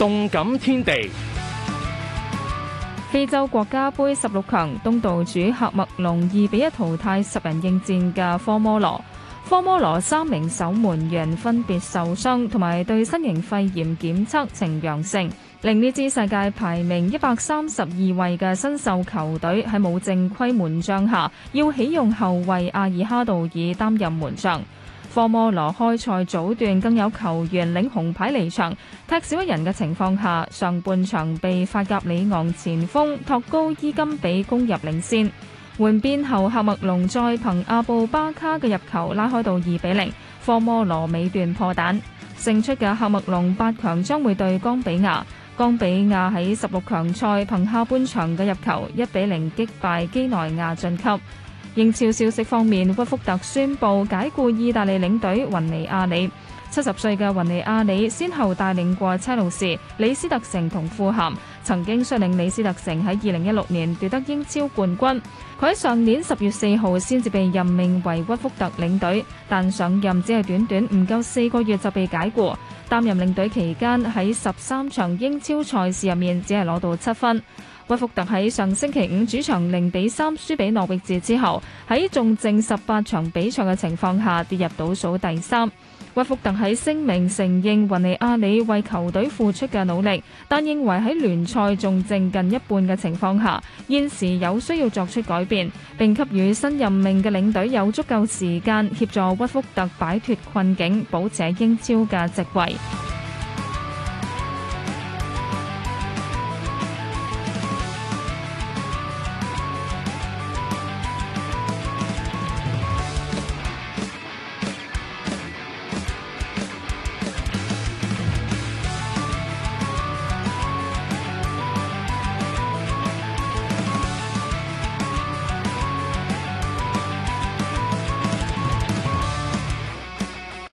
動感天地。 非洲國家盃16強，東道主喀麥隆2比1淘汰10人應戰嘅科摩羅。科摩羅3名守門員分別受傷，同埋對新型肺炎檢測呈陽性，令呢支世界排名132位嘅新秀球隊喺冇正規門將下，要起用後衛阿爾哈杜爾擔任門將。科摩羅開賽早段更有球員領紅牌離場，踢少一人嘅情況下，上半場被法甲里昂前鋒托高伊金比攻入領先。換邊後，喀麥隆再憑阿布巴卡嘅入球拉開到2比0，科摩羅尾段破蛋。勝出嘅喀麥隆8強將會對岡比亞。岡比亞喺16強賽憑下半場嘅入球1比0擊敗基內亞晉級。英超消息方面，屈福特宣布解僱意大利領隊雲尼亞里。70歲嘅雲尼亞里先後帶領過車路士、李斯特城同富咸，曾經率領李斯特城喺2016年奪得英超冠軍。佢喺上年10月4號先至被任命為屈福特領隊，但上任只係短短唔夠4個月就被解僱。擔任領隊期間喺13場英超賽事入面只係攞到7分。屈福特喺上星期5主場0比3輸俾諾域治之後，喺仲剩18場比賽嘅情況下跌入倒數第3。屈福特喺聲明承認雲尼亞里為球隊付出嘅努力，但認為喺聯賽仲剩近一半嘅情況下，現時有需要作出改變，並給予新任命嘅領隊有足夠時間協助屈福特擺脫困境，保持喺英超嘅席位。